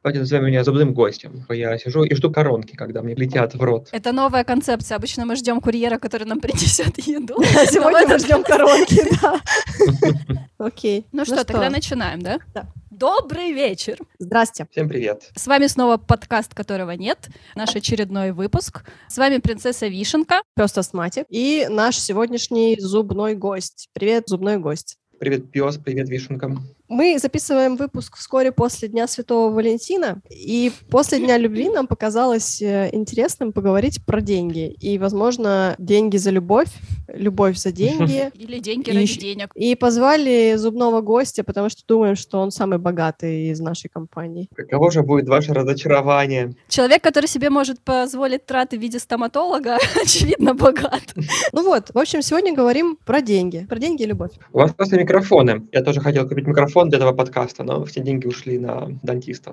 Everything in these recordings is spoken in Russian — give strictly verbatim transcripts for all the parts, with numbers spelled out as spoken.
Давайте назовем меня зубным гостем. Я сижу и жду коронки, когда мне летят в рот. Это новая концепция. Обычно мы ждем курьера, который нам принесет еду. А сегодня мы ждем коронки, да. Окей. Ну что, тогда начинаем, да? Да. Добрый вечер! Здрасте. Всем привет. С вами снова подкаст, которого нет, наш очередной выпуск. С вами принцесса Вишенка. Пёс Астматик. И наш сегодняшний зубной гость. Привет, зубной гость. Привет, пес, привет, Вишенка. Мы записываем выпуск вскоре после Дня Святого Валентина, и после Дня Любви нам показалось интересным поговорить про деньги. И, возможно, деньги за любовь, любовь за деньги. Или деньги ради денег. И позвали зубного гостя, потому что думаем, что он самый богатый из нашей компании. Каково же будет ваше разочарование? Человек, который себе может позволить траты в виде стоматолога, очевидно, богат. Ну вот, в общем, сегодня говорим про деньги. Про деньги и любовь. У вас просто микрофоны. Я тоже хотел купить микрофон для этого подкаста, но все деньги ушли на дантистов.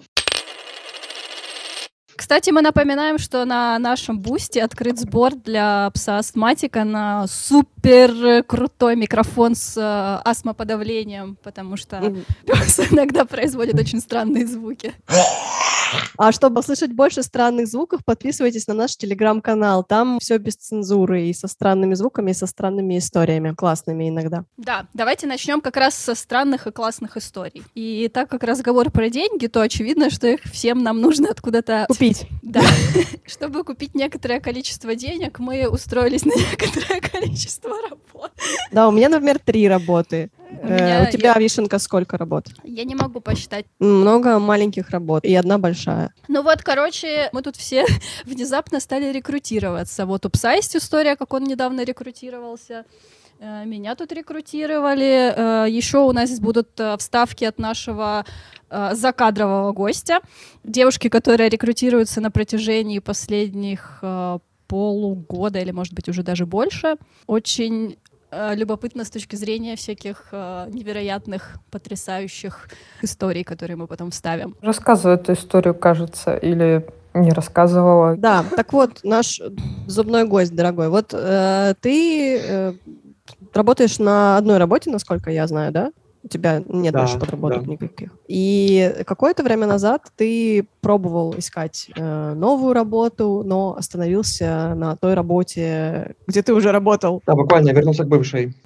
Кстати, мы напоминаем, что на нашем бусте открыт сбор для пса астматика на супер крутой микрофон с э, астмоподавлением, потому что mm. пес иногда производит очень странные звуки. А чтобы слышать больше странных звуков, подписывайтесь на наш телеграм-канал. Там все без цензуры, и со странными звуками, и со странными историями. Классными иногда. Да, давайте начнем как раз со странных и классных историй. И так как разговор про деньги, то очевидно, что их всем нам нужно откуда-то... Купить. Да. Чтобы купить некоторое количество денег, мы устроились на некоторое количество работ. Да, у меня, например, три работы. У, меня, э, у тебя, я... Вишенка, сколько работ? Я не могу посчитать. Много маленьких работ и одна большая. Ну вот, короче, мы тут все внезапно стали рекрутироваться. Вот у пса есть история, как он недавно рекрутировался. Меня тут рекрутировали. Еще у нас будут вставки от нашего закадрового гостя. Девушки, которые рекрутируются на протяжении последних полугода или, может быть, уже даже больше. Очень любопытно с точки зрения всяких э, невероятных, потрясающих историй, которые мы потом вставим. Рассказывай эту историю, кажется, или не рассказывала. Да, так вот, наш зубной гость, дорогой, вот э, ты э, работаешь на одной работе, насколько я знаю, да? У тебя нет да, больше подработок да. никаких. И какое-то время назад ты пробовал искать э, новую работу, но остановился на той работе, где ты уже работал. Да, буквально я вернулся к бывшей.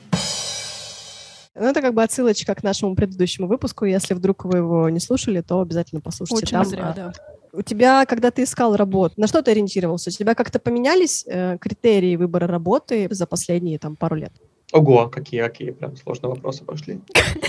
Ну, это как бы отсылочка к нашему предыдущему выпуску. Если вдруг вы его не слушали, то обязательно послушайте. Очень там. зря, да. У тебя, когда ты искал работу, на что ты ориентировался? У тебя как-то поменялись э, критерии выбора работы за последние там пару лет? Ого, какие, какие прям сложные вопросы пошли.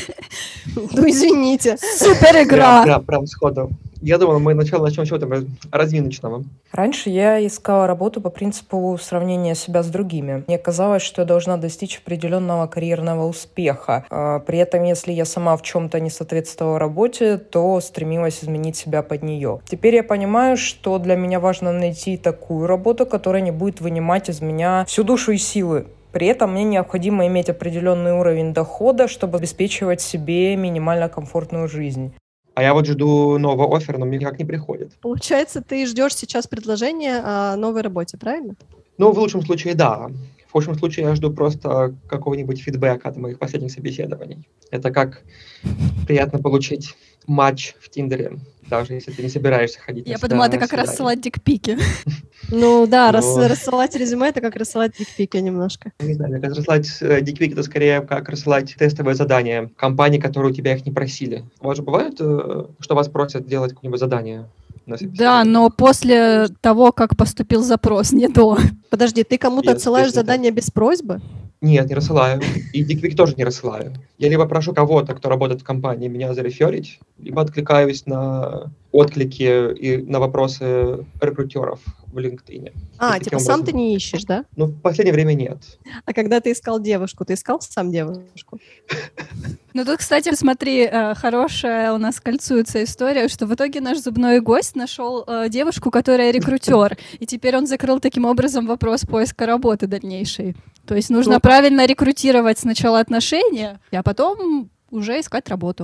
Ну, извините. Супер игра! Да, прям сходу. Я думал, мы сначала начнем с чего-то разминочного. Раньше я искала работу по принципу сравнения себя с другими. Мне казалось, что я должна достичь определенного карьерного успеха. При этом, если я сама в чем-то не соответствовала работе, то стремилась изменить себя под нее. Теперь я понимаю, что для меня важно найти такую работу, которая не будет вынимать из меня всю душу и силы. При этом мне необходимо иметь определенный уровень дохода, чтобы обеспечивать себе минимально комфортную жизнь. А я вот жду нового оффера, но мне никак не приходит. Получается, ты ждешь сейчас предложения о новой работе, правильно? Ну, в лучшем случае, да. В худшем случае я жду просто какого-нибудь фидбэка от моих последних собеседований. Это как приятно получить матч в Тиндере, даже если ты не собираешься ходить на Я подумала, это как свидание. рассылать дикпики. Ну да, Но... рас, рассылать резюме — это как рассылать дикпики немножко. Не знаю, мне кажется, рассылать дикпики — это скорее как рассылать тестовые задания компании, которые у тебя их не просили. У вас же бывает, что вас просят делать какое-нибудь задание? Да, но после того, как поступил запрос, не до. Подожди, ты кому-то отсылаешь задание без просьбы? Нет, не рассылаю. И дикпик тоже не рассылаю. Я либо прошу кого-то, кто работает в компании, меня зареферить, либо откликаюсь на отклики и на вопросы рекрутеров в LinkedIn. А, типа сам ты не ищешь, да? Ну, в последнее время нет. А когда ты искал девушку, ты искал сам девушку? Ну тут, кстати, смотри, хорошая у нас кольцуется история, что в итоге наш зубной гость нашел девушку, которая рекрутер, и теперь он закрыл таким образом вопрос поиска работы дальнейшей. То есть нужно ну, правильно рекрутировать сначала отношения, а потом уже искать работу.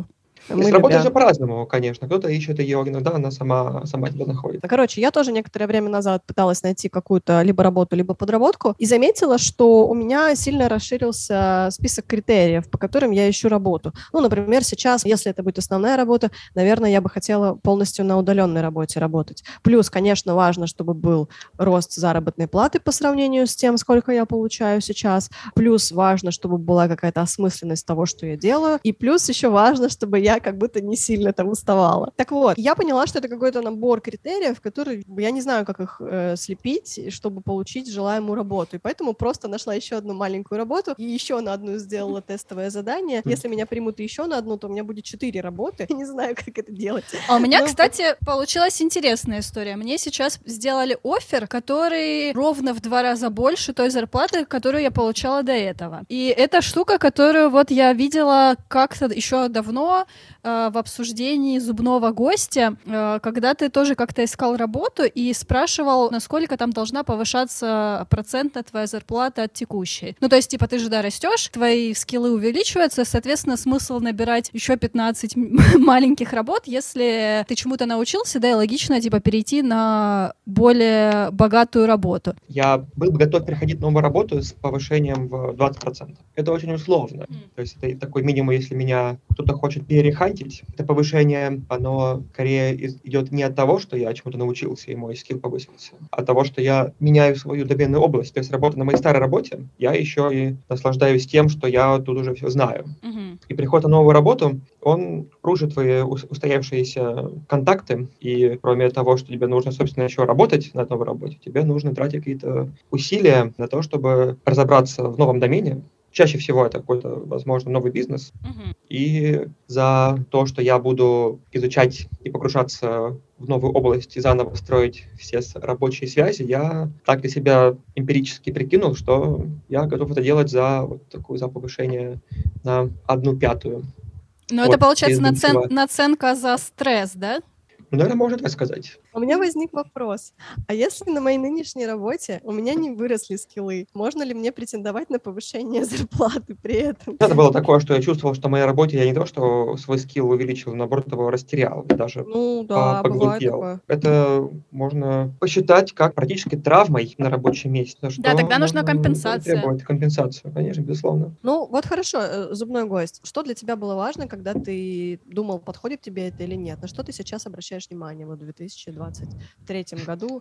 Мы с работой любя. все по-разному, конечно. Кто-то ищет ее, иногда она сама, сама тебя находит. Короче, я тоже некоторое время назад пыталась найти какую-то либо работу, либо подработку, и заметила, что у меня сильно расширился список критериев, по которым я ищу работу. Ну, например, сейчас, если это будет основная работа, наверное, я бы хотела полностью на удаленной работе работать. Плюс, конечно, важно, чтобы был рост заработной платы по сравнению с тем, сколько я получаю сейчас. Плюс важно, чтобы была какая-то осмысленность того, что я делаю. И плюс еще важно, чтобы я как будто не сильно там уставала. Так вот, я поняла, что это какой-то набор критериев, которые я не знаю, как их э, слепить, чтобы получить желаемую работу. И поэтому просто нашла еще одну маленькую работу и еще на одну сделала тестовое задание. Если меня примут еще на одну, то у меня будет четыре работы. Я не знаю, как это делать. А у меня, Ну, кстати, получилась интересная история. Мне сейчас сделали оффер, который ровно в два раза больше той зарплаты, которую я получала до этого. И это штука, которую вот я видела как-то еще давно э, в обсуждении зубного гостя, э, когда ты тоже как-то искал работу и спрашивал, насколько там должна повышаться процентно твоя зарплата от текущей. Ну, то есть, типа, ты же, да, растешь, твои скиллы увеличиваются, соответственно, смысл набирать еще пятнадцать маленьких работ, если ты чему-то научился, да, и логично, типа, перейти на более богатую работу. Я был бы готов переходить на новую работу с повышением в двадцать процентов. Это очень условно. Mm. То есть это такой минимум, если меня кто-то хочет перехантить. Это повышение, оно скорее из- идет не от того, что я чему-то научился и мой скилл повысился, а от того, что я меняю свою доменную область. То есть работа на моей старой работе, я еще и наслаждаюсь тем, что я тут уже все знаю. Мгм. И приход на новую работу, он кружит твои ус- устоявшиеся контакты, и кроме того, что тебе нужно, собственно, еще работать на новой работе, тебе нужно тратить какие-то усилия на то, чтобы разобраться в новом домене. Чаще всего это какой-то, возможно, новый бизнес. Мгм. И за то, что я буду изучать и погружаться в новую область и заново строить все с- рабочие связи, я так для себя эмпирически прикинул, что я готов это делать за вот такую за повышение на одну пятую. Но Вот, это, получается, без нацен- бывшего. наценка за стресс, да? Ну, наверное, можно так сказать. У меня возник вопрос. А если на моей нынешней работе у меня не выросли скиллы, можно ли мне претендовать на повышение зарплаты при этом? Это было такое, что я чувствовал, что в моей работе я не то, что свой скилл увеличил, наоборот, его растерял, и даже Ну а, да, бывает поглупел. такое. Это можно посчитать как практически травмой на рабочем месте, за Да, что тогда нужна можно компенсация. требовать компенсацию, конечно, безусловно. Ну вот хорошо, э, зубной гость. Что для тебя было важно, когда ты думал, подходит тебе это или нет? На что ты сейчас обращаешь внимание вот в две тысячи двадцать третьем году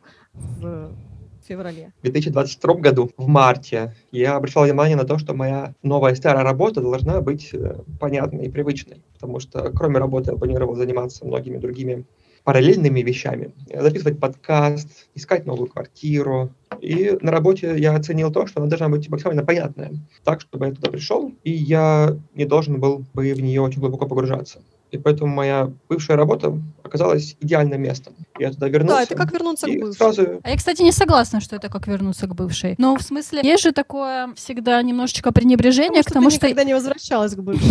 в феврале? В две тысячи двадцать втором году, в марте, я обращал внимание на то, что моя новая старая работа должна быть э, понятной и привычной, потому что кроме работы я планировал заниматься многими другими параллельными вещами. Записывать подкаст, искать новую квартиру. И на работе я оценил то, что она должна быть максимально понятная, так, чтобы я туда пришел, и я не должен был бы в нее очень глубоко погружаться. И поэтому моя бывшая работа оказалась идеальным местом. Я туда вернулся. Да, это как вернуться к и бывшей. сразу А я, кстати, не согласна, что это как вернуться к бывшей. Но в смысле, есть же такое всегда немножечко пренебрежение Потому к что тому, ты что никогда не возвращалась к бывшей.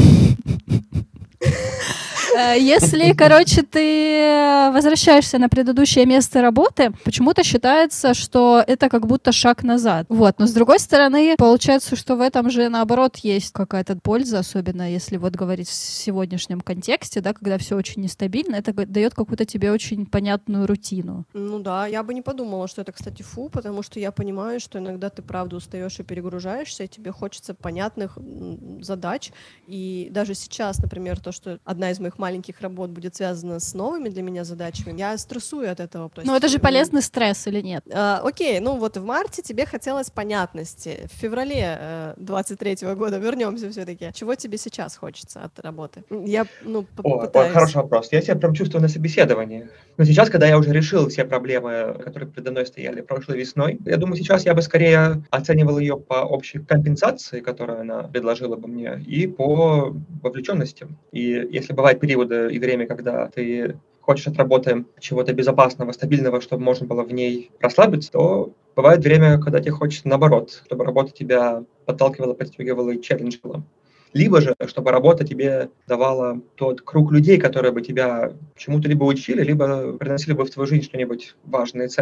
э, если, короче, ты возвращаешься на предыдущее место работы, почему-то считается, что это как будто шаг назад. Вот. Но с другой стороны, получается, что в этом же наоборот есть какая-то польза, особенно если вот говорить в сегодняшнем контексте, да, когда все очень нестабильно, это г- дает какую-то тебе очень понятную рутину. Ну да, я бы не подумала, что это, кстати, фу, потому что я понимаю, что иногда ты правда устаешь и перегружаешься, и тебе хочется понятных м, задач. И даже сейчас, например, то, что одна из моих маленьких работ будет связана с новыми для меня задачами, я стрессую от этого. То Но есть, это же м, полезный стресс или нет? а, окей, ну вот в марте тебе хотелось понятности. В феврале э, двадцать третьего года вернемся все-таки. Чего тебе сейчас хочется от работы? Я, ну, О, о, попытаюсь. хороший вопрос. Я себя прям чувствую на собеседовании. Но сейчас, когда я уже решил все проблемы, которые передо мной стояли прошлой весной, я думаю, сейчас я бы скорее оценивал ее по общей компенсации, которую она предложила бы мне, и по вовлеченности. И если бывают периоды и время, когда ты хочешь от работы чего-то безопасного, стабильного, чтобы можно было в ней расслабиться, то бывает время, когда тебе хочется наоборот, чтобы работа тебя подталкивала, подстегивала и челленджила. Либо же, чтобы работа тебе давала тот круг людей, которые бы тебя чему-то либо учили, либо приносили бы в твою жизнь что-нибудь важное и ценное.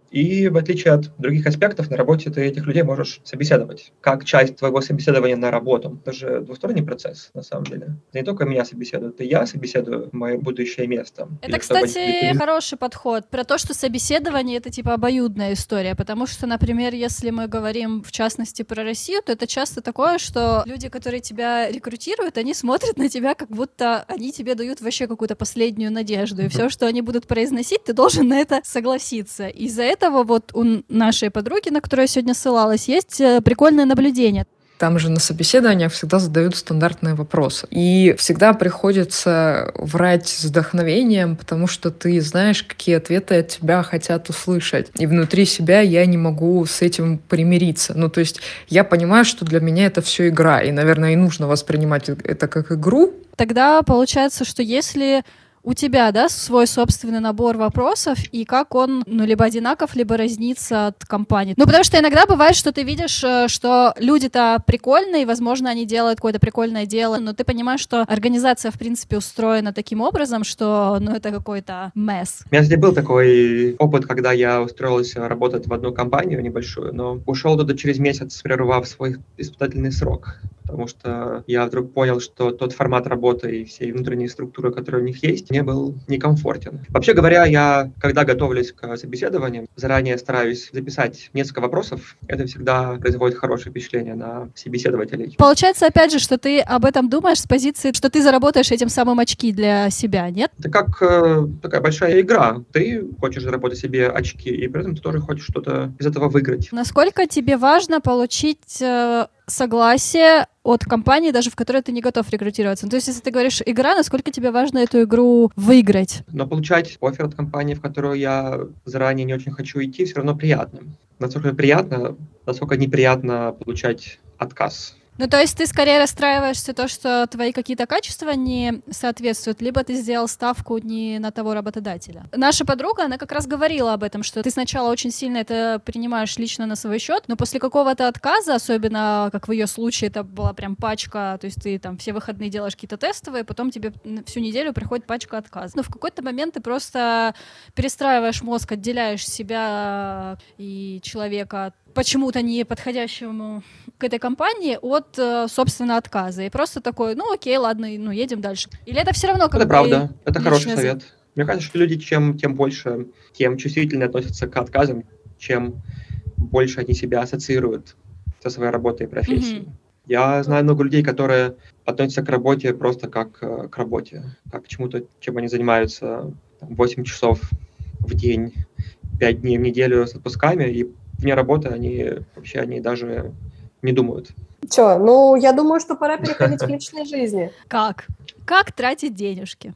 И в отличие от других аспектов, на работе ты этих людей можешь собеседовать как часть твоего собеседования на работу. Это же двусторонний процесс, на самом деле. Не только меня собеседуют, и я собеседую мое будущее место. Это, и кстати, хороший подход про то, что собеседование — это типа обоюдная история, потому что, например, если мы говорим в частности про Россию, то это часто такое, что люди, которые тебя рекрутируют, они смотрят на тебя, как будто они тебе дают вообще какую-то последнюю надежду, и mm-hmm. все, что они будут произносить, ты должен на это согласиться. Из-за этого вот у нашей подруги, на которую я сегодня ссылалась, есть прикольное наблюдение. Там же на собеседованиях всегда задают стандартные вопросы. И всегда приходится врать с вдохновением, потому что ты знаешь, какие ответы от тебя хотят услышать. И внутри себя я не могу с этим примириться. Ну, то есть я понимаю, что для меня это все игра. И, наверное, и нужно воспринимать это как игру. Тогда получается, что если у тебя, да, свой собственный набор вопросов, и как он, ну, либо одинаков, либо разнится от компании. Ну, потому что иногда бывает, что ты видишь, что люди-то прикольные, и, возможно, они делают какое-то прикольное дело, но ты понимаешь, что организация, в принципе, устроена таким образом, что, ну, это какой-то месс. У меня, кстати, был такой опыт, когда я устроился работать в одну компанию небольшую, но ушел туда через месяц, прервав свой испытательный срок. Потому что я вдруг понял, что тот формат работы и все внутренние структуры, которые у них есть, мне был некомфортен. Вообще говоря, я, когда готовлюсь к собеседованию, заранее стараюсь записать несколько вопросов. Это всегда производит хорошее впечатление на собеседователей. Получается, опять же, что ты об этом думаешь с позиции, что ты заработаешь этим самым очки для себя, нет? Это как э, такая большая игра. Ты хочешь заработать себе очки, и при этом ты тоже хочешь что-то из этого выиграть. Насколько тебе важно получить э, согласие от компании, даже в которой ты не готов рекрутироваться? Ну, то есть, если ты говоришь «игра», насколько тебе важно эту игру выиграть? Но получать оффер от компании, в которую я заранее не очень хочу идти, все равно приятно. Насколько приятно, насколько неприятно получать отказ. Ну, то есть ты скорее расстраиваешься то, что твои какие-то качества не соответствуют, либо ты сделал ставку не на того работодателя. Наша подруга, она как раз говорила об этом, что ты сначала очень сильно это принимаешь лично на свой счет, но после какого-то отказа, особенно как в ее случае, это была прям пачка, то есть ты там все выходные делаешь какие-то тестовые, потом тебе всю неделю приходит пачка отказов. Но в какой-то момент ты просто перестраиваешь мозг, отделяешь себя и человека почему-то не подходящему к этой компании от, собственно, отказа. И просто такой, ну окей, ладно, ну едем дальше. Или это все равно как Это бы правда, это хороший за... совет. Мне кажется, что люди чем, тем больше, тем чувствительнее относятся к отказам, чем больше они себя ассоциируют со своей работой и профессией. Mm-hmm. Я знаю много людей, которые относятся к работе просто как к работе, как к чему-то, чем они занимаются восемь часов в день, пять дней в неделю с отпусками, и вне работы они вообще они даже не думают. Чё, ну, я думаю, что пора переходить к личной жизни. Как? Как тратить денежки?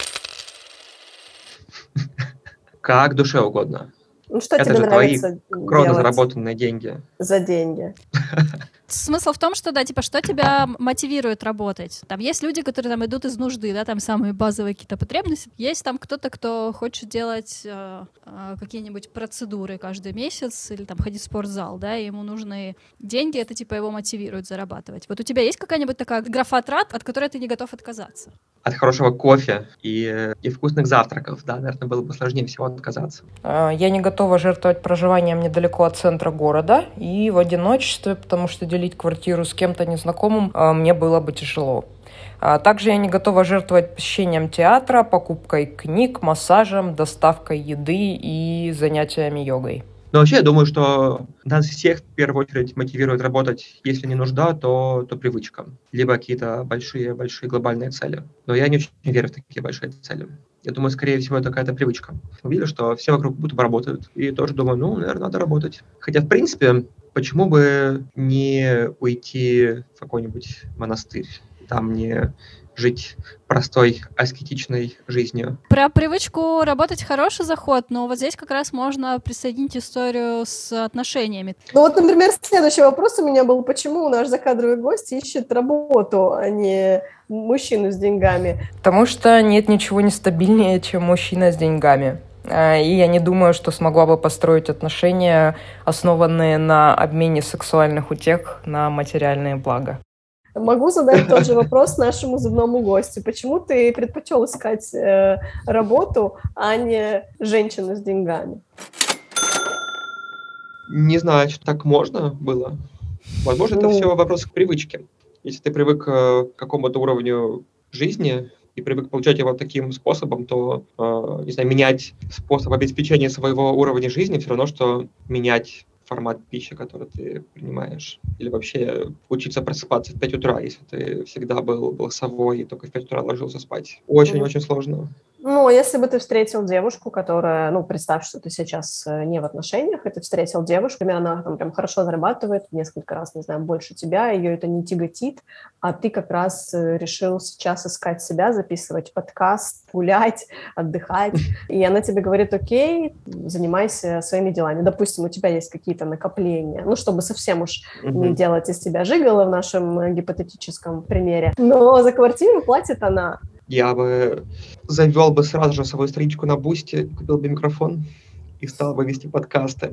Как душе угодно. Ну, что Это тебе же нравится твои кровно заработанные деньги. За деньги. Смысл в том, что, да, типа, что тебя мотивирует работать? Там есть люди, которые там идут из нужды, да, там самые базовые какие-то потребности. Есть там кто-то, кто хочет делать э, э, какие-нибудь процедуры каждый месяц или там ходить в спортзал, да, и ему нужны деньги, это, типа, его мотивирует зарабатывать. Вот у тебя есть какая-нибудь такая графа трат, от которой ты не готов отказаться? От хорошего кофе и, и вкусных завтраков, да, наверное, было бы сложнее всего отказаться. Я не готова жертвовать проживанием недалеко от центра города и в одиночестве, потому что делить квартиру с кем-то незнакомым мне было бы тяжело. Также я не готова жертвовать посещением театра, покупкой книг, массажем, доставкой еды и занятиями йогой. Но вообще я думаю, что нас всех в первую очередь мотивирует работать, если не нужда, то, то привычка. Либо какие-то большие-большие глобальные цели. Но я не очень верю в такие большие цели. Я думаю, скорее всего, это какая-то привычка. Увидел, что все вокруг будто бы работают. И тоже думаю, ну, наверное, надо работать. Хотя, в принципе, почему бы не уйти в какой-нибудь монастырь? Там не жить простой, аскетичной жизнью. Про привычку работать хороший заход, но вот здесь как раз можно присоединить историю с отношениями. Ну вот, например, следующий вопрос у меня был, почему наш закадровый гость ищет работу, а не мужчину с деньгами? Потому что нет ничего нестабильнее, чем мужчина с деньгами. И я не думаю, что смогла бы построить отношения, основанные на обмене сексуальных утех на материальные блага. Могу задать тот же вопрос нашему зубному гостю. Почему ты предпочел искать э, работу, а не женщину с деньгами? Не знаю, что так можно было. Возможно, это Ну. все вопрос к привычке. Если ты привык э, к какому-то уровню жизни и привык получать его таким способом, то, э, не знаю, менять способ обеспечения своего уровня жизни все равно, что менять формат пищи, который ты принимаешь. Или вообще учиться просыпаться в пять утра, если ты всегда был, был совой и только в пять утра ложился спать. Очень-очень сложно. Ну, если бы ты встретил девушку, которая, ну, представь, что ты сейчас э, не в отношениях, и ты встретил девушку, например, она там прям хорошо зарабатывает, в несколько раз, не знаю, больше тебя, ее это не тяготит, а ты как раз э, решил сейчас искать себя, записывать подкаст, гулять, отдыхать, и она тебе говорит: окей, занимайся своими делами. Допустим, у тебя есть какие-то накопления, ну, чтобы совсем уж Мгм. не делать из тебя жигало в нашем э, гипотетическом примере, но за квартиру платит она. Я бы завел бы сразу же свою страничку на Бусти, купил бы микрофон и стал бы вести подкасты.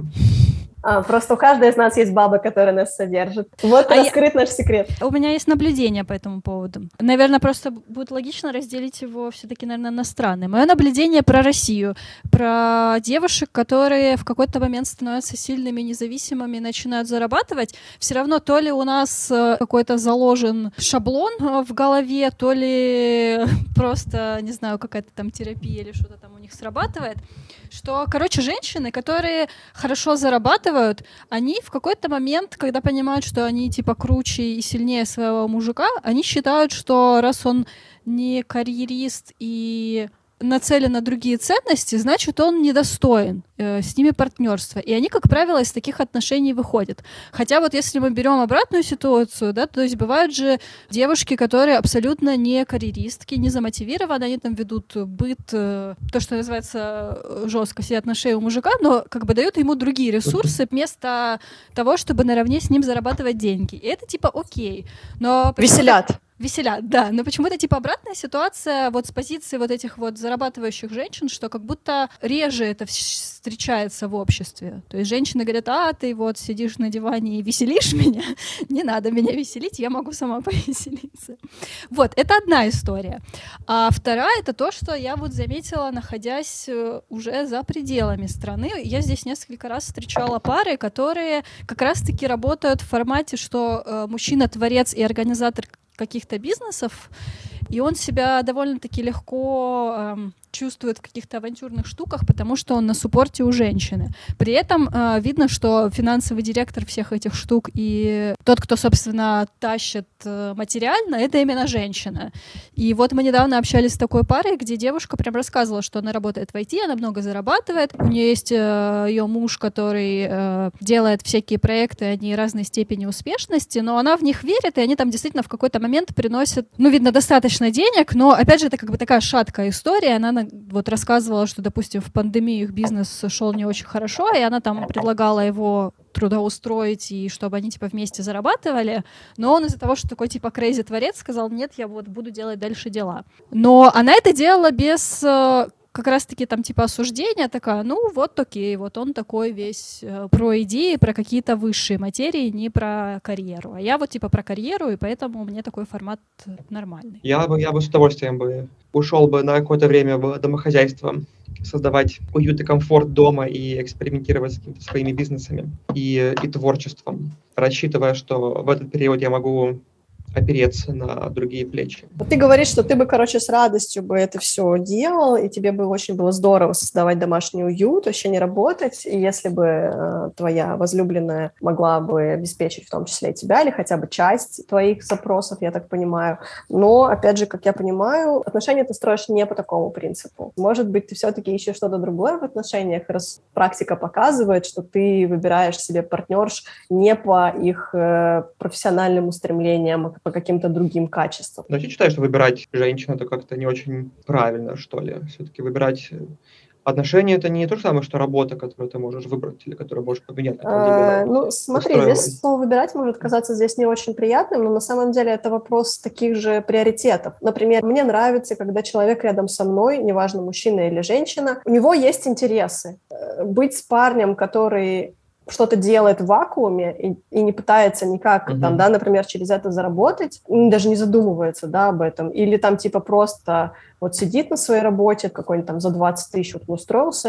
А, просто у каждой из нас есть баба, которая нас содержит. Вот А раскрыт наш секрет. У меня есть наблюдение по этому поводу. Наверное, просто будет логично разделить его все-таки, наверное, на страны. Мое наблюдение про Россию, про девушек, которые в какой-то момент становятся сильными, независимыми, начинают зарабатывать. Все равно то ли у нас э, какой-то заложен шаблон э, в голове, то ли просто, не знаю, какая-то там терапия или что-то там у них срабатывает, что, короче, женщины, которые хорошо зарабатывают, они в какой-то момент, когда понимают, что они типа круче и сильнее своего мужика, они считают, что раз он не карьерист и нацелен на другие ценности, значит, он недостоин э, с ними партнерства. И они, как правило, из таких отношений выходят. Хотя вот если мы берем обратную ситуацию, да, то есть бывают же девушки, которые абсолютно не карьеристки, не замотивированы, они там ведут быт, э, то, что называется, жестко сидят на шее у мужика, но как бы дают ему другие ресурсы вместо того, чтобы наравне с ним зарабатывать деньги. И это типа окей. Но почему-то- Веселят. Веселят, да, но почему-то типа обратная ситуация вот с позиции вот этих вот зарабатывающих женщин, что как будто реже это вс- встречается в обществе. То есть женщины говорят: а, ты вот сидишь на диване и веселишь меня, не надо меня веселить, я могу сама повеселиться. Вот, это одна история. А вторая — это то, что я вот заметила, находясь э, уже за пределами страны. Я здесь несколько раз встречала пары, которые как раз-таки работают в формате, что э, мужчина-творец и организатор каких-то бизнесов, и он себя довольно-таки легко эм, чувствует в каких-то авантюрных штуках, потому что он на суппорте у женщины. При этом э, видно, что финансовый директор всех этих штук и тот, кто, собственно, тащит э, материально, это именно женщина. И вот мы недавно общались с такой парой, где девушка прям рассказывала, что она работает в ай ти, она много зарабатывает, у нее есть э, ее муж, который э, делает всякие проекты, они разной степени успешности, но она в них верит, и они там действительно в какой-то момент приносят, ну, видно, достаточно денег, но, опять же, это как бы такая шаткая история. Она на- вот рассказывала, что, допустим, в пандемию их бизнес шел не очень хорошо, и она там предлагала его трудоустроить, и чтобы они, типа, вместе зарабатывали, но он из-за того, что такой, типа, crazy творец, сказал: нет, я вот буду делать дальше дела. Но она это делала без э, как раз-таки там типа осуждения, такая: ну вот окей, вот он такой весь э, про идеи, про какие-то высшие материи, не про карьеру. А я вот типа про карьеру, и поэтому мне такой формат нормальный. Я бы, я бы с удовольствием бы ушел бы на какое-то время в домохозяйство, создавать уют и комфорт дома и экспериментировать с какими-то своими бизнесами и, и творчеством, рассчитывая, что в этот период я могу опереться на другие плечи. Вот ты говоришь, что ты бы, короче, с радостью бы это все делал, и тебе бы очень было здорово создавать домашний уют, вообще не работать, и если бы э, твоя возлюбленная могла бы обеспечить в том числе и тебя, или хотя бы часть твоих запросов, я так понимаю. Но, опять же, как я понимаю, отношения ты строишь не по такому принципу. Может быть, ты все-таки ищешь что-то другое в отношениях, раз практика показывает, что ты выбираешь себе партнерш не по их э, профессиональным устремлениям, а по каким-то другим качествам. Но я считаю, что выбирать женщину — это как-то не очень правильно, что ли. Все-таки выбирать отношения — это не то же самое, что работа, которую ты можешь выбрать или которую можешь поменять. А, ну, смотри, здесь слово «выбирать» может казаться здесь не очень приятным, но на самом деле это вопрос таких же приоритетов. Например, мне нравится, когда человек рядом со мной, неважно, мужчина или женщина, у него есть интересы. Быть с парнем, который что-то делает в вакууме и, и не пытается никак, uh-huh. там, да, например, через это заработать, даже не задумывается, да, об этом, или там типа просто вот сидит на своей работе, какой-нибудь там за двадцать тысяч вот устроился,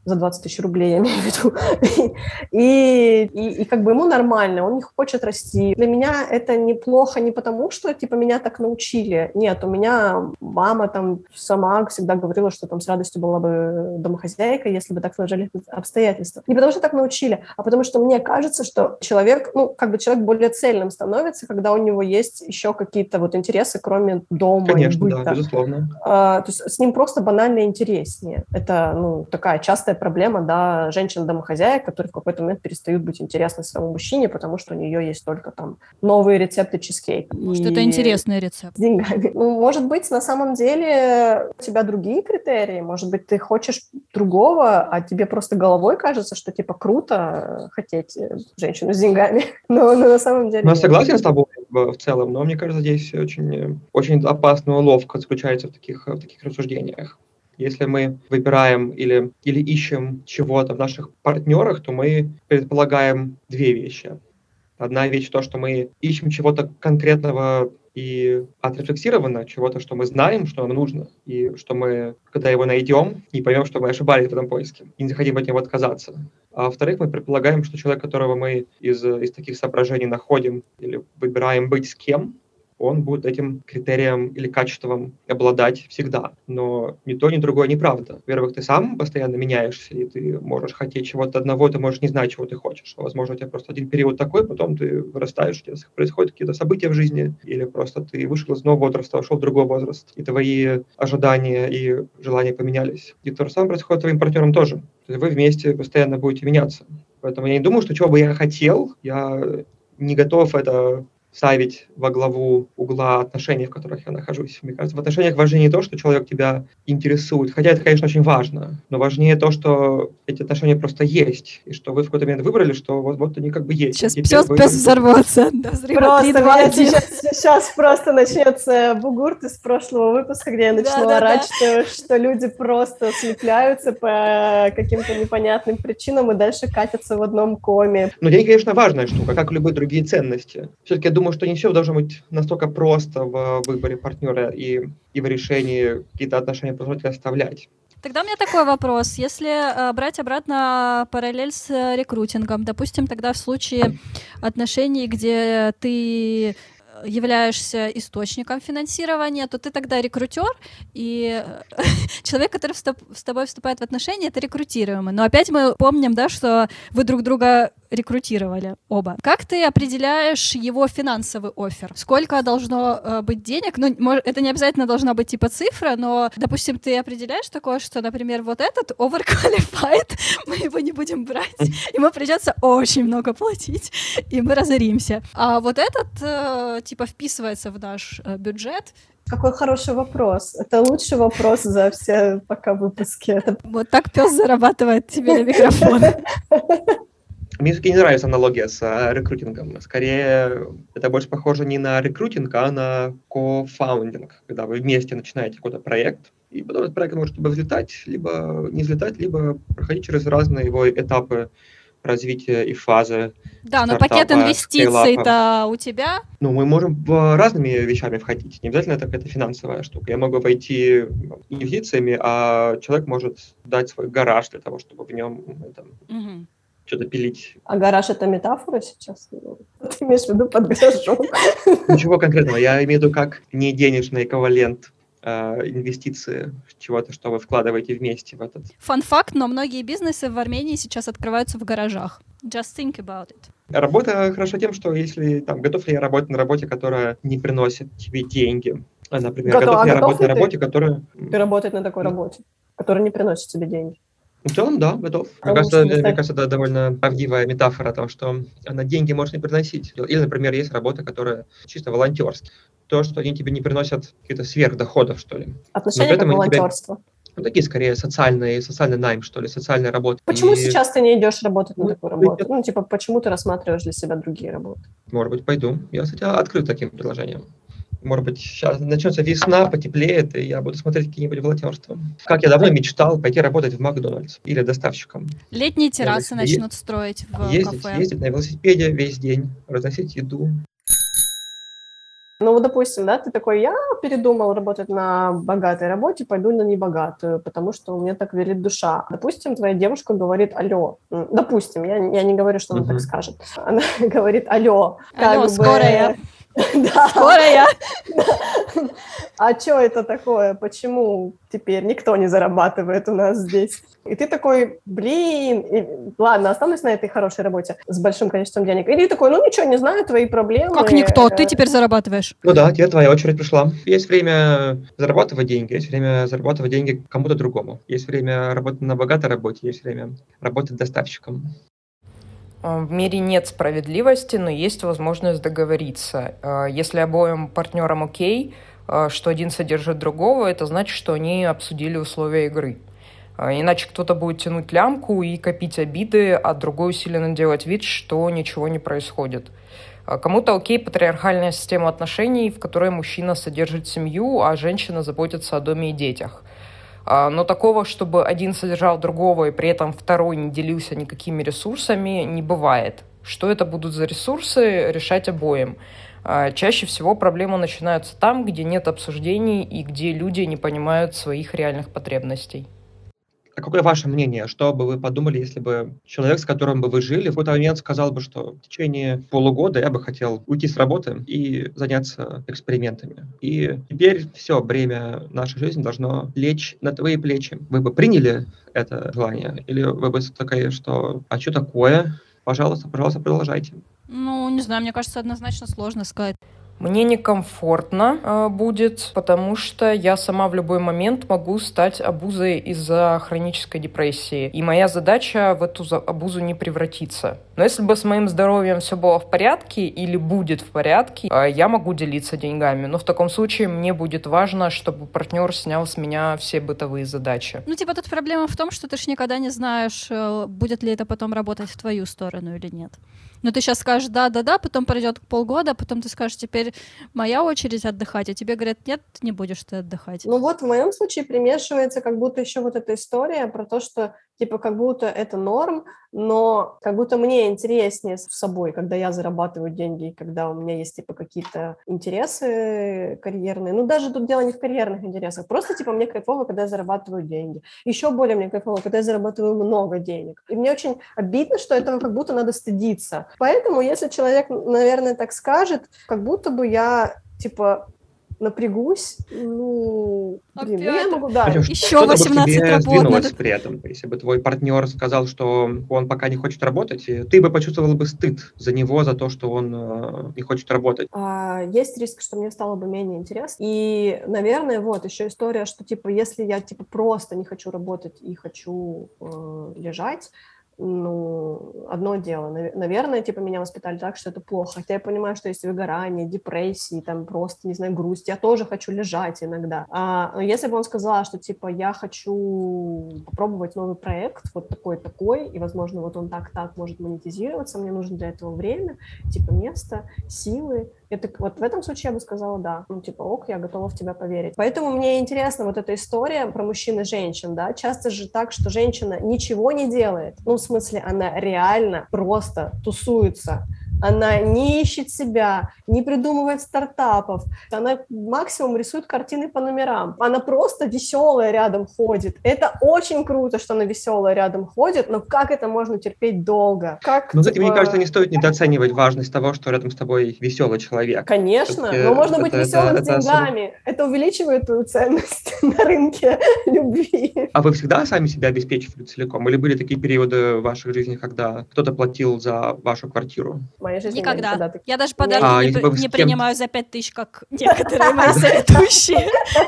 за двадцать тысяч рублей, я имею в виду. И, и, и как бы ему нормально, он не хочет расти. Для меня это неплохо не потому, что типа меня так научили. Нет, у меня мама там сама всегда говорила, что там с радостью была бы домохозяйкой, если бы так сложились обстоятельства. Не потому что так научили, а потому что мне кажется, что человек, ну, как бы человек более цельным становится, когда у него есть еще какие-то вот интересы, кроме дома. Конечно, и быта. да, безусловно. А, то есть с ним просто банально интереснее. Это, ну, такая частая проблема, да, женщин-домохозяек, которые в какой-то момент перестают быть интересны своему мужчине, потому что у нее есть только там новые рецепты чизкейка. Может, и... это интересный рецепт. С деньгами. Ну, может быть, на самом деле у тебя другие критерии, может быть, ты хочешь другого, а тебе просто головой кажется, что, типа, круто хотеть женщину с деньгами, но, но на самом деле... Ну, я нет. согласен с тобой в, в целом, но мне кажется, здесь очень, очень опасная уловка заключается в таких, в таких рассуждениях. Если мы выбираем или, или ищем чего-то в наших партнерах, то мы предполагаем две вещи. Одна вещь то, что мы ищем чего-то конкретного и отрефлексированно, чего-то, что мы знаем, что нам нужно, и что мы, когда его найдем, не поймем, что мы ошибались в этом поиске, и не захотим от него отказаться. А во-вторых, мы предполагаем, что человек, которого мы из, из таких соображений находим или выбираем быть с кем, он будет этим критерием или качеством обладать всегда. Но ни то, ни другое неправда. Во-первых, ты сам постоянно меняешься, и ты можешь хотеть чего-то одного, ты можешь не знать, чего ты хочешь. Возможно, у тебя просто один период такой, потом ты вырастаешь, у тебя происходят какие-то события в жизни, или просто ты вышел из одного возраста, ушел в другой возраст, и твои ожидания и желания поменялись. И то же самое происходит с твоим партнером тоже. То есть вы вместе постоянно будете меняться. Поэтому я не думаю, что чего бы я хотел, я не готов это ставить во главу угла отношений, в которых я нахожусь. Мне кажется, в отношениях важнее не то, что человек тебя интересует, хотя это, конечно, очень важно, но важнее то, что эти отношения просто есть, и что вы в какой-то момент выбрали, что вот, вот они как бы есть. Сейчас И пес, вы... пес взорвется. До взрыва три, Просто два, меня один. сейчас, сейчас просто начнется бугурт из прошлого выпуска, где я начну Да, да, орать, да. что, что люди просто ослепляются по каким-то непонятным причинам и дальше катятся в одном коме. Но деньги, конечно, важная штука, как и любые другие ценности. Все-таки я думаю, что не все должно быть настолько просто в выборе партнера и, и в решении какие-то отношения позволить оставлять. Тогда у меня такой вопрос. Если э, брать обратно параллель с э, рекрутингом, допустим, тогда в случае отношений, где ты являешься источником финансирования, то ты тогда рекрутер, и человек, который с тобой вступает в отношения, это рекрутируемый. Но опять мы помним, да, что вы друг друга рекрутировали оба. Как ты определяешь его финансовый оффер? Сколько должно э, быть денег? Ну, может, это не обязательно должна быть типа цифра, но, допустим, ты определяешь такое, что, например, вот этот overqualified, мы его не будем брать, ему придется очень много платить, и мы разоримся. А вот этот, э, типа, вписывается в наш э, бюджет. Какой хороший вопрос. Это лучший вопрос за все пока выпуски. Это... Вот так пес зарабатывает тебе на микрофон. Мне все-таки не нравится аналогия с а, рекрутингом. Скорее, это больше похоже не на рекрутинг, а на кофаундинг, когда вы вместе начинаете какой-то проект, и потом этот проект может либо взлетать, либо не взлетать, либо проходить через разные его этапы развития и фазы. Да, но стартапа, пакет инвестиций-то скейлапа. у тебя? Ну, мы можем в разными вещами входить. Не обязательно это какая-то финансовая штука. Я могу войти инвестициями, а человек может дать свой гараж для того, чтобы в нем там, Угу. что-то пилить. А гараж — это метафора сейчас? Ты имеешь в виду под гаражом? Ничего конкретного. Я имею в виду как не денежный эквивалент э, инвестиции, чего-то, что вы вкладываете вместе в этот. Фан-факт, но многие бизнесы в Армении сейчас открываются в гаражах. Just think about it. Работа хороша тем, что если там готов ли я работать на работе, которая не приносит тебе деньги. Например, Готов, готов ли а я готов работать на ли ты? работе, которая... Ты работаешь на такой работе, которая не приносит тебе деньги. В целом, да, готов. Мне Потому кажется, что мне достаточно- кажется, это довольно правдивая метафора о том, что она деньги может не приносить. Или, например, есть работа, которая чисто волонтерская. То, что они тебе не приносят каких-то сверхдоходов, что ли. Отношения Но при как этом они тебя- волонтерство. Ну, такие, скорее, социальные, социальный найм, что ли, социальная работа. Почему И, сейчас ты не идешь работать на Ну, такую ну, работу? Ну, типа, почему ты рассматриваешь для себя другие работы? Может быть, пойду. Я, кстати, открыт таким предложением. Может быть, сейчас начнется весна, потеплеет, и я буду смотреть какие-нибудь волонтерства. Как я давно мечтал пойти работать в Макдональдс или доставщиком. Летние террасы себе начнут строить в Ездить, кафе. ездить на велосипеде весь день, разносить еду. Ну, вот, допустим, да, ты такой, я передумал работать на богатой работе, пойду на небогатую, потому что у меня так велит душа. Допустим, твоя девушка говорит, алло, допустим, я, я не говорю, что она uh-huh. так скажет, она говорит, алло, алло, как скоро бы... я. Да. Скоро я. А что это такое? Почему теперь никто не зарабатывает у нас здесь? И ты такой, блин, и, ладно, останусь на этой хорошей работе с большим количеством денег. И ты такой, ну ничего, не знаю, твои проблемы. Как никто? Ты теперь зарабатываешь. Ну да, тебе твоя очередь пришла. Есть время зарабатывать деньги, есть время зарабатывать деньги кому-то другому. Есть время работать на богатой работе, есть время работать доставщиком. В мире нет справедливости, но есть возможность договориться. Если обоим партнерам окей, что один содержит другого, это значит, что они обсудили условия игры. Иначе кто-то будет тянуть лямку и копить обиды, а другой усиленно делать вид, что ничего не происходит. Кому-то окей патриархальная система отношений, в которой мужчина содержит семью, а женщина заботится о доме и детях. Но такого, чтобы один содержал другого и при этом второй не делился никакими ресурсами, не бывает. Что это будут за ресурсы, решать обоим. Чаще всего проблемы начинаются там, где нет обсуждений и где люди не понимают своих реальных потребностей. А какое ваше мнение? Что бы вы подумали, если бы человек, с которым бы вы жили, в какой-то момент сказал бы, что в течение полугода я бы хотел уйти с работы и заняться экспериментами. И теперь все, бремя нашей жизни должно лечь на твои плечи. Вы бы приняли это желание? Или вы бы такие, что «а что такое? Пожалуйста, пожалуйста, продолжайте». Ну, не знаю, мне кажется, однозначно сложно сказать. Мне некомфортно э, будет, потому что я сама в любой момент могу стать обузой из-за хронической депрессии. И моя задача в эту обузу не превратиться. Но если бы с моим здоровьем все было в порядке или будет в порядке, э, я могу делиться деньгами. Но в таком случае мне будет важно, чтобы партнер снял с меня все бытовые задачи. Ну, типа, тут проблема в том, что ты ж никогда не знаешь, будет ли это потом работать в твою сторону или нет. Но ты сейчас скажешь «да-да-да», потом пройдет полгода, потом ты скажешь «теперь моя очередь отдыхать», а тебе говорят «нет, не будешь ты отдыхать». Ну вот в моем случае примешивается как будто еще вот эта история про то, что типа как будто это норм, но как будто мне интереснее с собой, когда я зарабатываю деньги, когда у меня есть типа какие-то интересы карьерные. Ну даже тут дело не в карьерных интересах, просто типа мне кайфово, когда я зарабатываю деньги. Еще более мне кайфово, когда я зарабатываю много денег. И мне очень обидно, что этого как будто надо стыдиться. Поэтому если человек, наверное, так скажет, как будто бы я типа напрягусь, ну, блин, ну я могу, да. Причем, еще восемнадцать работ. Надо... при этом. Если бы твой партнер сказал, что он пока не хочет работать, ты бы почувствовал бы стыд за него, за то, что он э, не хочет работать. А, есть риск, что мне стало бы менее интересно. И, наверное, вот еще история, что, типа, если я, типа, просто не хочу работать и хочу э, лежать, ну, одно дело. Наверное, типа, меня воспитали так, что это плохо. Хотя я понимаю, что есть выгорание, депрессии, там просто, не знаю, грусть. Я тоже хочу лежать иногда. А если бы он сказал, что, типа, я хочу попробовать новый проект, вот такой-такой, и, возможно, вот он так-так может монетизироваться, мне нужно для этого время, типа, место, силы. Это, вот в этом случае я бы сказала да. Ну, типа, ок, я готова в тебя поверить. Поэтому мне интересна вот эта история про мужчин и женщин, да. Часто же так, что женщина ничего не делает. Ну, в смысле, она реально просто тусуется. Она не ищет себя, не придумывает стартапов. Она максимум рисует картины по номерам. Она просто веселая рядом ходит. Это очень круто, что она веселая рядом ходит, но как это можно терпеть долго? Как, ну, типа... кстати, мне кажется, не стоит недооценивать важность того, что рядом с тобой веселый человек. Конечно, все-таки но можно это, быть веселым это, с деньгами. Это, это увеличивает твою ценность на рынке любви. А вы всегда сами себя обеспечивали целиком? Или были такие периоды в вашей жизни, когда кто-то платил за вашу квартиру? Никогда. никогда так... Я даже подарки а, не, при, не принимаю за пять тысяч, как некоторые мои советующие.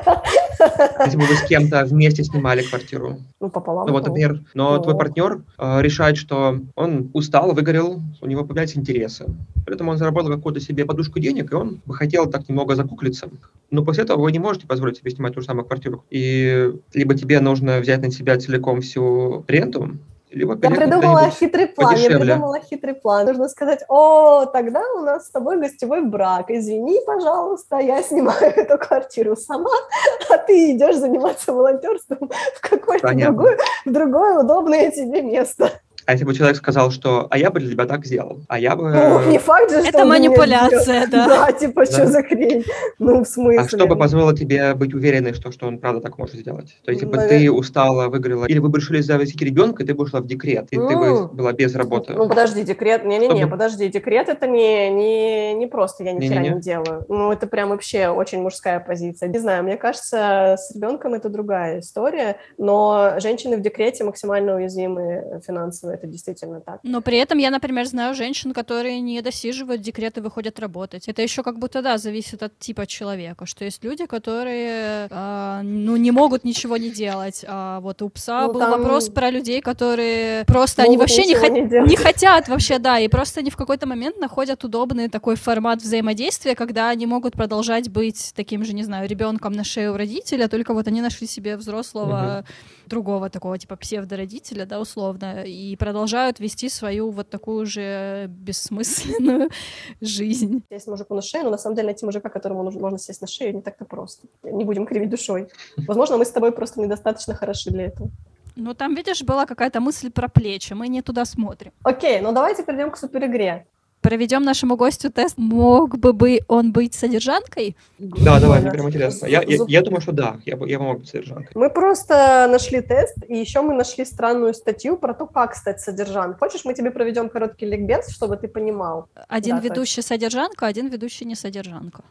Если бы вы с кем-то вместе снимали квартиру. Ну, пополам. Ну, вот, например, но твой партнер э, решает, что он устал, выгорел, у него появляются интересы. При этом он заработал какую-то себе подушку денег, и он бы хотел так немного закуклиться. Но после этого вы не можете позволить себе снимать ту же самую квартиру. И либо тебе нужно взять на себя целиком всю ренту, либо я придумала хитрый план, подешевле. я придумала хитрый план. Нужно сказать, о, тогда у нас с тобой гостевой брак, извини, пожалуйста, я снимаю эту квартиру сама, а ты идешь заниматься волонтерством в какое-то другое, в другое удобное тебе место. А если бы человек сказал, что «а я бы для тебя так сделал», а я бы... Ну, не факт же, что Это он бы не манипуляция, сделал. да. Да, типа, что Да. за хрень? Ну, в смысле? А что бы позволило тебе быть уверенной, что, что он правда так может сделать? То есть, если бы Навер- ты устала, выиграла, или вы бы решили завести ребенка, и ты бы ушла в декрет, и ты бы М. была без работы. Ну, подожди, декрет... Не-не-не, Чтобы- подожди, декрет это не, не, не просто я ни хера Не-не-не. не делаю. Ну, это прям вообще очень мужская позиция. Не знаю, мне кажется, с ребенком это другая история, но женщины в декрете максимально уязвимы финансово, это действительно так. Но при этом я, например, знаю женщин, которые не досиживают декрет и выходят работать. Это еще как будто, да, зависит от типа человека, что есть люди, которые, а, ну, не могут ничего не делать. А вот у пса Ну, был там вопрос про людей, которые просто, они могут вообще не, ничего хот- не делать. не хотят вообще, да, и просто они в какой-то момент находят удобный такой формат взаимодействия, когда они могут продолжать быть таким же, не знаю, ребенком на шее у родителя, только вот они нашли себе взрослого другого такого типа псевдородителя, да, условно, и продолжают вести свою вот такую же бессмысленную жизнь. Есть мужику на шею, но на самом деле найти мужика, которому нужно, можно сесть на шею, не так-то просто. Не будем кривить душой. Возможно, мы с тобой просто недостаточно хороши для этого. Ну, там, видишь, была какая-то мысль про плечи, мы не туда смотрим. Окей, ну давайте перейдем к суперигре. Проведем нашему гостю тест. Мог бы бы он быть содержанкой? Да, давай, мне Ладно. прям интересно. Я, я, Зуб- я думаю, что да, я, бы- я бы мог быть содержанкой. Мы просто нашли тест, и еще мы нашли странную статью про то, как стать содержанкой. Хочешь, мы тебе проведем короткий ликбез, чтобы ты понимал? Один Да, ведущий содержанка, один ведущий не содержанка.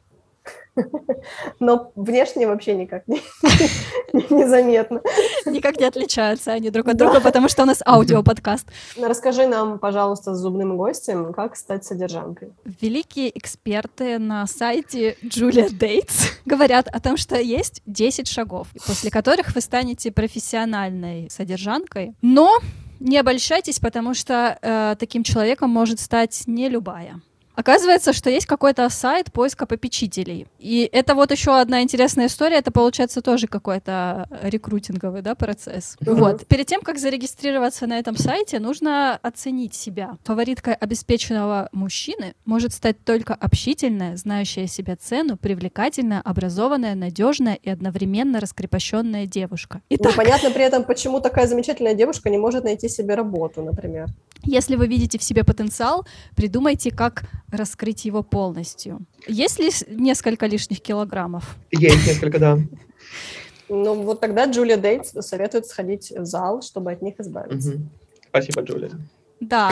Но внешне вообще никак не- незаметно. Никак не отличаются они друг от Да. друга, потому что у нас аудиоподкаст. Расскажи нам, пожалуйста, с зубным гостем, как стать содержанкой. Великие эксперты на сайте Julia Dates говорят о том, что есть десять шагов, после которых вы станете профессиональной содержанкой. Но не обольщайтесь, потому что э, таким человеком может стать не любая. Оказывается, что есть какой-то сайт поиска попечителей. И это вот еще одна интересная история. Это, получается, тоже какой-то рекрутинговый, да, процесс. Мгм. Вот. Перед тем, как зарегистрироваться на этом сайте, нужно оценить себя. Фавориткой обеспеченного мужчины может стать только общительная, знающая себе цену, привлекательная, образованная, надежная и одновременно раскрепощенная девушка. Ну, Итак, понятно при этом, почему такая замечательная девушка не может найти себе работу, например. если вы видите в себе потенциал, придумайте, как раскрыть его полностью. Есть ли с- несколько лишних килограммов? Есть несколько, да. Ну, вот тогда Джулия Дейтс советует сходить в зал, чтобы от них избавиться. Мгм. Спасибо, Джулия. Да.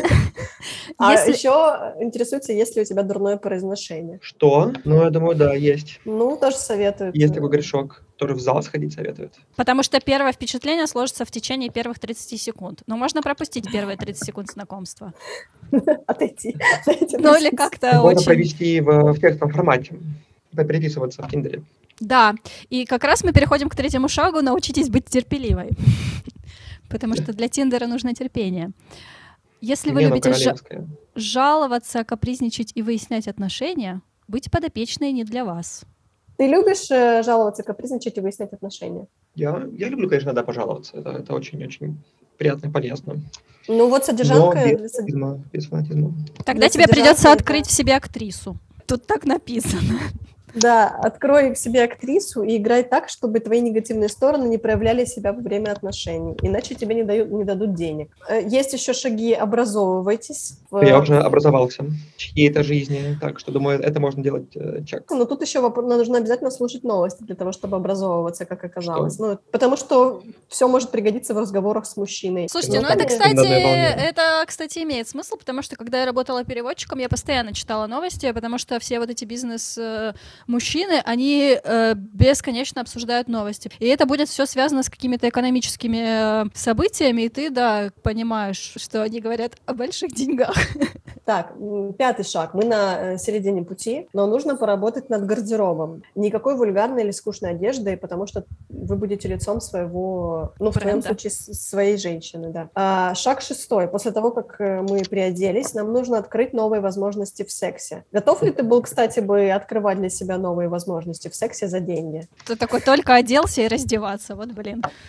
А Если- еще интересуется, есть ли у тебя дурное произношение. Что? Ну, я думаю, да, есть. Ну, тоже советуют. Есть такой грешок. Тоже в зал сходить советуют. Потому что первое впечатление сложится в течение первых тридцати секунд. Но можно пропустить первые тридцать секунд знакомства. Отойти. Отойти. Ну или как-то Можно очень... провести в, в текстовом формате. Переписываться в Тиндере. Да, и как раз мы переходим к третьему шагу. Научитесь быть терпеливой. Потому что для Тиндера нужно терпение. Если вы Мена любите жа- королевская. жаловаться, капризничать и выяснять отношения, быть подопечной не для вас. Ты любишь э, жаловаться, капризничать и выяснять отношения? Я, я люблю, конечно, да, пожаловаться. Это, это очень-очень приятно и полезно. Ну вот Но содержанка... без фанатизма. Без фанатизма. Тогда Для тебе придется содержанки открыть это- в себе актрису. Тут так написано. Да, открой в себе актрису и играй так, чтобы твои негативные стороны не проявляли себя во время отношений, иначе тебе не, дают, не дадут денег. Э, Есть еще шаги «образовывайтесь». в- Я уже образовался в чьей-то жизни, так что, думаю, это можно делать э, чек. Но тут еще воп- нужно обязательно слушать новости для того, чтобы образовываться, как оказалось. Ну, потому что все может пригодиться в разговорах с мужчиной. Слушайте, ну Ну, это, конечно. кстати, Надо волнение. это, кстати, имеет смысл, потому что когда я работала переводчиком, я постоянно читала новости, потому что все вот эти бизнес-мужчины, они э, бесконечно обсуждают новости. И это будет все связано с какими-то экономическими э, событиями, и ты, да, понимаешь, что они говорят о больших деньгах. Так, м, пятый шаг. Мы на э, середине пути, но нужно поработать над гардеробом. Никакой вульгарной или скучной одежды, потому что вы будете лицом своего, ну, в твоем Бренда. случае, с- своей женщины, да. А, шаг шестой. После того, как э, мы приоделись, нам нужно открыть новые возможности в сексе. Готов ли ты был, кстати, бы открывать для себя новые возможности в сексе за деньги? Ты такой только оделся и раздеваться, вот блин.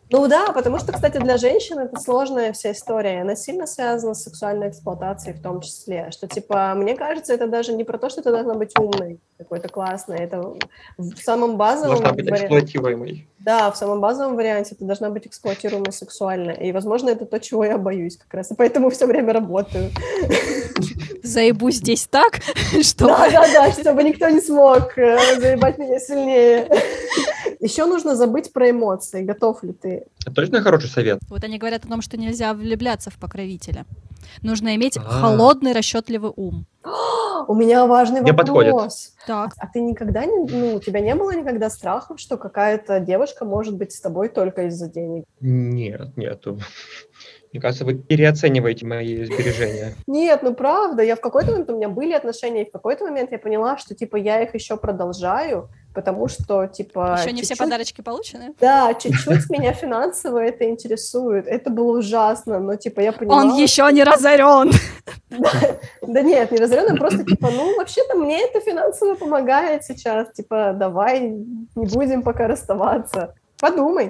Ну да, потому что, кстати, для женщин это сложная вся история, она сильно связана с сексуальной эксплуатацией в том числе, что, типа, мне кажется, это даже не про то, что ты должна быть умной, какой-то классной, это в самом базовом Должна быть варианте. эксплуатируемой. Да, в самом базовом варианте ты должна быть эксплуатируемой сексуально, и, возможно, это то, чего я боюсь как раз, и поэтому все время работаю. Заебусь здесь так, что... Да-да-да, чтобы никто не смог э, заебать меня сильнее. Еще нужно забыть про эмоции. Готов ли ты? Это точно хороший совет? Вот они говорят о том, что нельзя влюбляться в покровителя. Нужно иметь А. холодный, расчетливый ум. У меня важный Мне вопрос. подходит. Так. А ты никогда не, ну, у тебя не было никогда страхов, что какая-то девушка может быть с тобой только из-за денег? Нет, нету. Мне кажется, вы переоцениваете мои сбережения. Нет, ну правда, я в какой-то момент, у меня были отношения, и в какой-то момент я поняла, что, типа, я их еще продолжаю, потому что, типа... Еще не все чуть-чуть- подарочки получены? Да, чуть-чуть меня финансово это интересует. Это было ужасно, но, типа, я понимала... Он еще не разорен. Да, да нет, не разорённо, просто, типа, ну, вообще-то мне это финансово помогает сейчас. Типа, давай не будем пока расставаться. Подумай.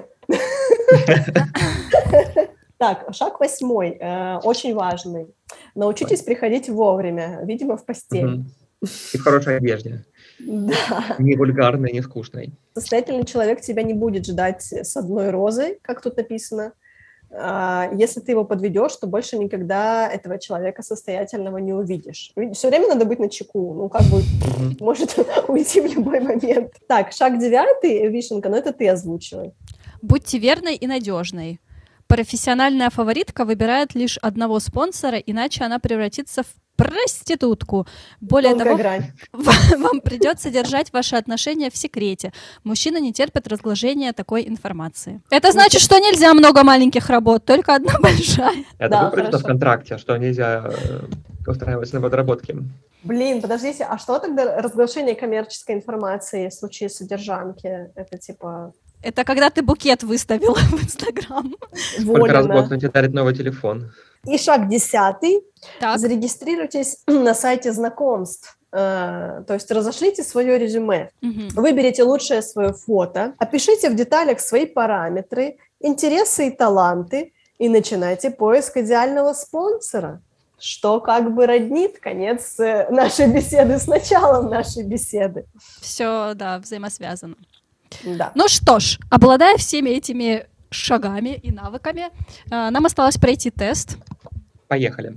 Так, шаг восьмой, э, очень важный. Научитесь приходить вовремя, видимо, в постель. Мгм. И в хорошей одежде. Да. Не вульгарной, не скучной. Состоятельный человек тебя не будет ждать с одной розой, как тут написано. А, Если ты его подведешь, то больше никогда этого человека состоятельного не увидишь. Все время надо быть начеку, ну, как бы Мгм. может уйти в любой момент. Так, шаг девятый, Вишенка, ну это ты озвучивай. Будьте верной и надежной. Профессиональная фаворитка выбирает лишь одного спонсора, иначе она превратится в проститутку. Более Тонкая того, грань. вам придется держать ваши отношения в секрете. Мужчины не терпят разглашения такой информации. Это значит, что нельзя много маленьких работ, только одна большая. Это Да, вы прочитали в хорошо. контракте, что нельзя э, устраиваться на подработке. Блин, подождите, а что тогда разглашение коммерческой информации в случае содержанки? Это типа Это когда ты букет выставила в Инстаграм. Сколько раз в Волина. год он тебе дарит новый телефон? И шаг десятый. Так, Зарегистрируйтесь на сайте знакомств. Э, То есть разошлите свое резюме. мгм. Выберите лучшее свое фото, опишите в деталях свои параметры, интересы и таланты и начинайте поиск идеального спонсора, что как бы роднит конец э, нашей беседы с началом нашей беседы. Все, да, взаимосвязано. Да. Ну что ж, обладая всеми этими шагами и навыками, э, нам осталось пройти тест. Поехали.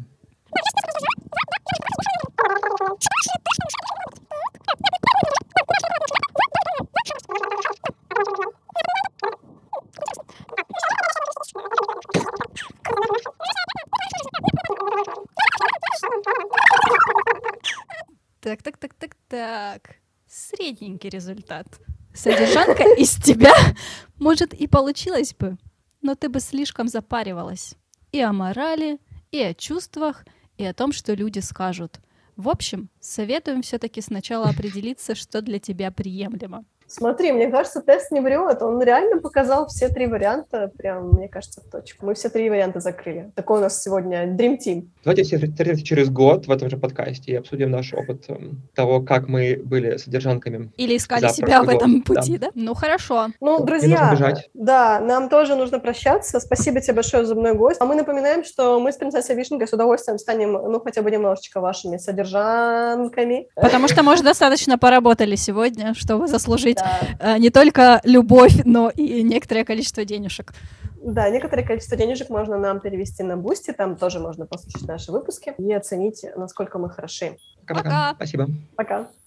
Так, так, так, так, так. Средненький результат. Содержанка из тебя, может, и получилось бы, но ты бы слишком запаривалась. И о морали, и о чувствах, и о том, что люди скажут. В общем, советуем все-таки сначала определиться, что для тебя приемлемо. Смотри, мне кажется, тест не врет. Он реально показал все три варианта, прям, мне кажется, в точку. Мы все три варианта закрыли. Такой у нас сегодня Dream Team. Давайте все встретимся через год в этом же подкасте и обсудим наш опыт эм, того, как мы были содержанками. Или искали За себя в прошлый этом год, пути, да? Ну, хорошо. Ну, Мне друзья, нужно бежать. да, нам тоже нужно прощаться. Спасибо тебе большое за мной гость. А мы напоминаем, что мы с принцессой Вишенкой с удовольствием станем, ну, хотя бы немножечко вашими содержанками. Потому что мы уже достаточно поработали сегодня, чтобы заслужить Да. э, не только любовь, но и некоторое количество денежек. Да, некоторое количество денежек можно нам перевести на Бусти, там тоже можно послушать наши выпуски и оценить, насколько мы хороши. Пока-пока. Пока. Спасибо. Пока.